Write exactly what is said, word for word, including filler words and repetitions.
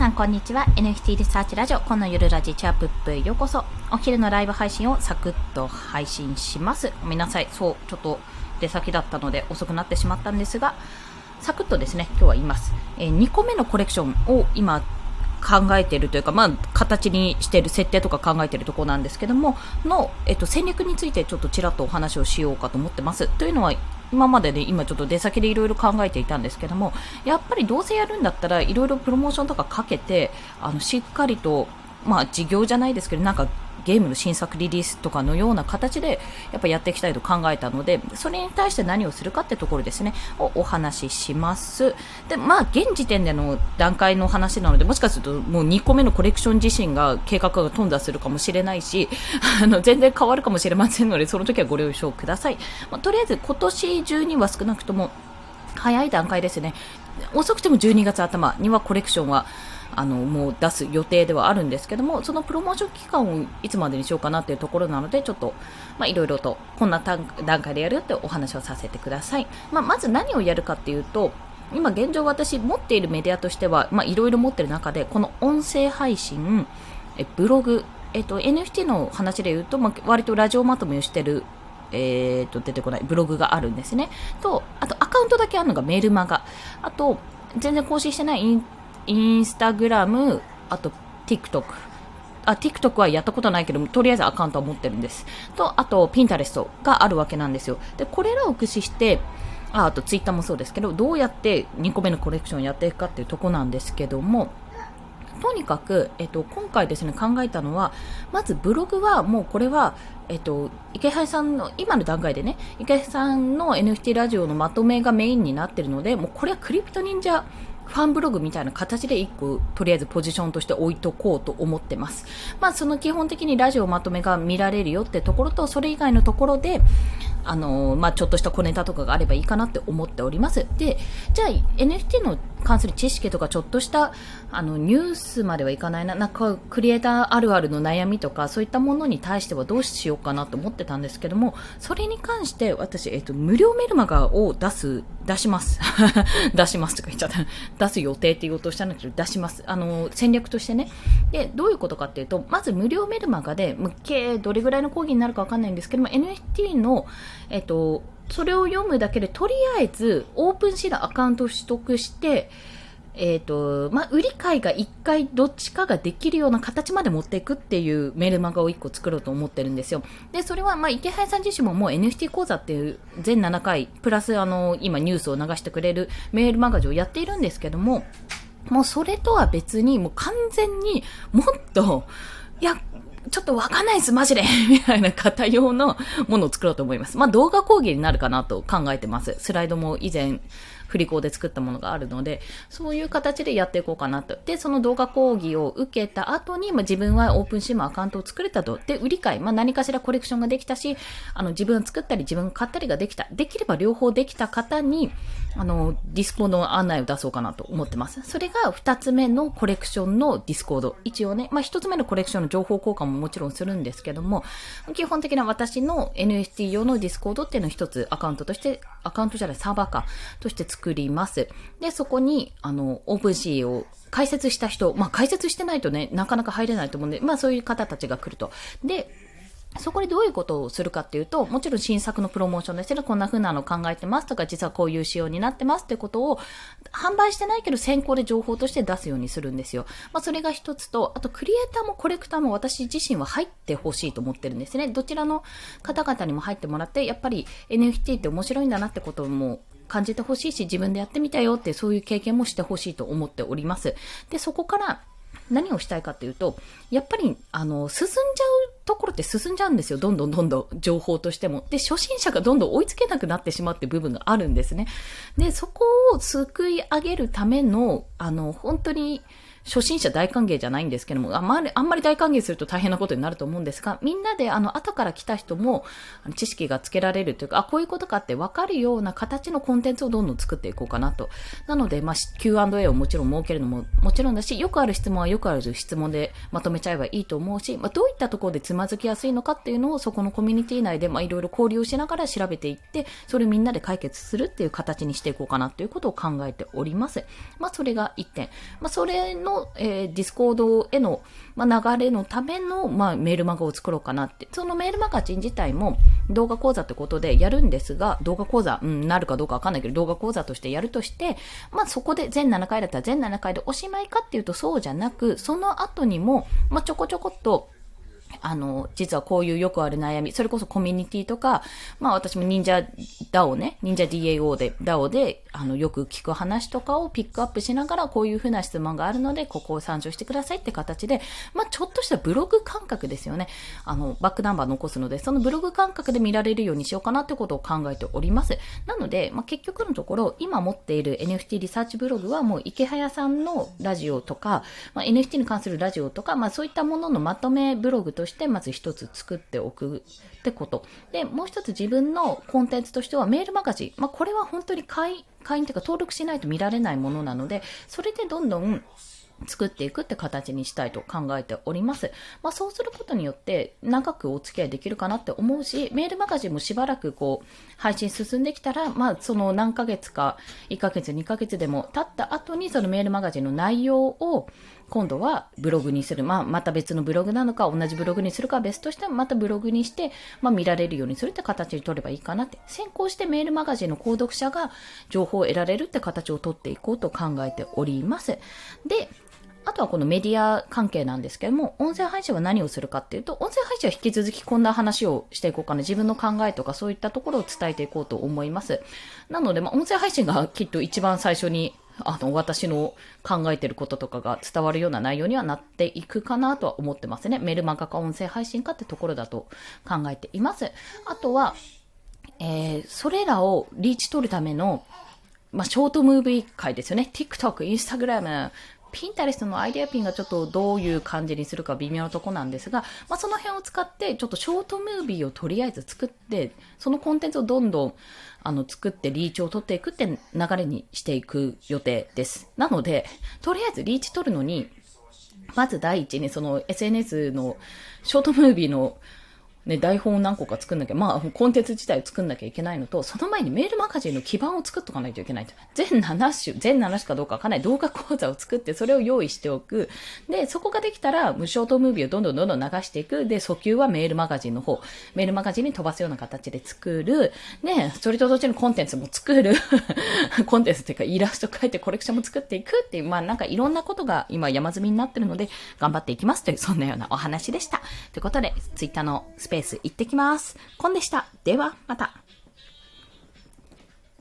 さんこんにちは。 エヌエフティー リサーチラジオ、このゆるラジチャープップへようこそ。お昼のライブ配信をサクッと配信します。ごめんなさい、そうちょっと出先だったので遅くなってしまったんですが、サクッとですね、今日は言います。えー、にこめのコレクションを今考えているというか、まあ、形にしている設定とか考えているところなんですけどもの、えっと、戦略についてちょっとちらっとお話をしようかと思ってます。というのは、今までで、ね、今ちょっと出先でいろいろ考えていたんですけども、やっぱりどうせやるんだったらいろいろプロモーションとかかけて、あのしっかりと、まあ、事業じゃないですけど、なんかゲームの新作リリースとかのような形でやっぱやっていきたいと考えたので、それに対して何をするかってところですねをお話しします。で、まあ現時点での段階の話なので、もしかするともうにこめのコレクション自身が計画が頓挫するかもしれないし、あの全然変わるかもしれませんので、その時はご了承ください。まあ、とりあえず今年中には少なくとも早い段階ですね、遅くてもじゅうにがつ頭にはコレクションはあのもう出す予定ではあるんですけども、そのプロモーション期間をいつまでにしようかなっていうところなので、ちょっといろいろとこんな段階でやるってお話をさせてください。まあ、まず何をやるかっていうと、今現状私持っているメディアとしてはいろいろ持っている中で、この音声配信、えブログ、えっと、エヌエフティー の話で言うと、まあ、割とラジオまとめをしてるえー、と出てこないブログがあるんですね。と、あとアカウントだけあるのがメールマガ、あと全然更新してないインインスタグラム、あと TikTok、あ TikTok はやったことないけど、とりあえずアカウントは持ってるんです。と、あと Pinterest があるわけなんですよ。で、これらを駆使して、あ、あと Twitter もそうですけど、どうやってにこめのコレクションをやっていくかっていうとこなんですけども、とにかく、えっと、今回ですね、考えたのは、まずブログはもうこれは、えっと、池原さんの、今の段階でね、池原さんの エヌエフティー ラジオのまとめがメインになっているので、もうこれはクリプト忍者ファンブログみたいな形でいっことりあえずポジションとして置いとこうと思ってます。まあその基本的にラジオまとめが見られるよってところと、それ以外のところであのー、まあちょっとした小ネタとかがあればいいかなって思っております。で、じゃあ エヌエフティー の関する知識とかちょっとしたあのニュースまではいかないな、なんかクリエイターあるあるの悩みとかそういったものに対してはどうしようかなと思ってたんですけども、それに関して私、えっと、無料メルマガを出す、出します。出しますとか言っちゃった。出す予定って言おうとしたんだけど、出します。あの、戦略としてね。で、どういうことかっていうと、まず無料メルマガで、計どれぐらいの講義になるかわかんないんですけども、エヌエフティー の、えっと、それを読むだけで、とりあえず、オープンシーのアカウントを取得して、えっと、まあ、売り買いがいっかいどっちかができるような形まで持っていくっていうメールマガをいっこ作ろうと思ってるんですよ。で、それは、まあ、池原さん自身ももう エヌエフティー 講座っていう全ななかい、プラスあの、今ニュースを流してくれるメールマガジンをやっているんですけども、もうそれとは別に、もう完全にもっと、いや、ちょっとわかんないです、マジでみたいな方用のものを作ろうと思います。まあ、動画講義になるかなと考えてます。スライドも以前、振り子で作ったものがあるので、そういう形でやっていこうかなと。で、その動画講義を受けた後に、まあ、自分はオープンシームアカウントを作れたと。で、売り買い、まあ、何かしらコレクションができたし、あの、自分が作ったり自分が買ったりができた。できれば両方できた方に、あの、ディスコードの案内を出そうかなと思ってます。それが二つ目のコレクションのディスコード。一応ね、まあ、一つ目のコレクションの情報交換ももちろんするんですけども、基本的な私の エヌエフティー 用のディスコードっていうのを一つアカウントとして、アカウントじゃない、サーバーか、として作ります。で、そこに、あの、オープンシーを解説した人、まあ、解説してないとね、なかなか入れないと思うんで、まあ、そういう方たちが来ると。で、そこでどういうことをするかっていうと、もちろん新作のプロモーションですけど、こんな風なの考えてますとか、実はこういう仕様になってますってことを、販売してないけど先行で情報として出すようにするんですよ。まあそれが一つと、あとクリエイターもコレクターも私自身は入ってほしいと思ってるんですね。どちらの方々にも入ってもらって、やっぱり エヌエフティー って面白いんだなってことも感じてほしいし、自分でやってみたよってそういう経験もしてほしいと思っております。で、そこから何をしたいかっていうと、やっぱり、あの、進んじゃうところって進んじゃうんですよ。どんどんどんどん情報としても。で、初心者がどんどん追いつけなくなってしまうっていう部分があるんですね。で、そこを救い上げるための、あの、本当に、初心者大歓迎じゃないんですけども、あんまり、あんまり大歓迎すると大変なことになると思うんですが、みんなであの、後から来た人も、知識がつけられるというか、あ、こういうことかって分かるような形のコンテンツをどんどん作っていこうかなと。なので、まあ、キューアンドエー をもちろん設けるのももちろんだし、よくある質問はよくある質問でまとめちゃえばいいと思うし、まあ、どういったところでつつまずきやすいのかっていうのをそこのコミュニティ内でまあいろいろ交流をしながら調べていって、それをみんなで解決するっていう形にしていこうかなということを考えております。まあそれがいってん。まあそれの、えー、ディスコードへの、まあ、流れのための、まあ、メールマガを作ろうかなって。そのメールマガジン自体も動画講座ってことでやるんですが、動画講座、うん、なるかどうかわかんないけど、動画講座としてやるとして、まあそこで全ななかいだったら全ななかいでおしまいかっていうとそうじゃなく、その後にも、まあちょこちょこっと、あの、実はこういうよくある悩み、それこそコミュニティとか、まあ私も忍者 ダオ ね、忍者 ディーエーオー で、ダオ で、あの、よく聞く話とかをピックアップしながら、こういうふうな質問があるので、ここを参照してくださいって形で、まあちょっとしたブログ感覚ですよね。あの、バックナンバー残すので、そのブログ感覚で見られるようにしようかなってことを考えております。なので、まあ結局のところ、今持っている エヌエフティー リサーチブログはもう池早さんのラジオとか、まあ エヌエフティー に関するラジオとか、まあそういったもののまとめブログとして、まず一つ作っておくってこと。で、もう一つ自分のコンテンツとしてはメールマガジン。まあ、これは本当に会員、会員というか登録しないと見られないものなので、それでどんどん作っていくって形にしたいと考えております。まあそうすることによって長くお付き合いできるかなって思うし、メールマガジンもしばらくこう配信進んできたら、まあその何ヶ月か、いっかげつ、にかげつでも経った後にそのメールマガジンの内容を今度はブログにする。まあまた別のブログなのか同じブログにするかは別としてもまたブログにして、まあ見られるようにするって形に取ればいいかなって。先行してメールマガジンの購読者が情報を得られるって形を取っていこうと考えております。で、あとはこのメディア関係なんですけども、音声配信は何をするかっていうと、音声配信は引き続きこんな話をしていこうかな。自分の考えとかそういったところを伝えていこうと思います。なので、まあ、音声配信がきっと一番最初に、あの、私の考えていることとかが伝わるような内容にはなっていくかなとは思ってますね。メルマガか音声配信かってところだと考えています。あとは、えー、それらをリーチ取るための、まあ、ショートムービー会ですよね。TikTok、Instagram、ピンタレストのアイデアピンがちょっとどういう感じにするか微妙なとこなんですが、まあ、その辺を使ってちょっとショートムービーをとりあえず作って、そのコンテンツをどんどんあの作ってリーチを取っていくって流れにしていく予定です。なので、とりあえずリーチ取るのに、まず第一にその エスエヌエス のショートムービーのね、台本を何個か作んなきゃ、まあ、コンテンツ自体を作んなきゃいけないのと、その前にメールマガジンの基盤を作っとかないといけないと。全なな種、全なな種かどうかわかんない動画講座を作って、それを用意しておく。で、そこができたら、無ショートムービーをどんどんどんどん流していく。で、訴求はメールマガジンの方。メールマガジンに飛ばすような形で作る。で、それと同時にコンテンツも作る。コンテンツっていうか、イラスト描いてコレクションも作っていくっていう、まあなんかいろんなことが今山積みになってるので、頑張っていきますという、そんなようなお話でした。ということで、ツイッターのスペース行ってきます。コンでした。では、また。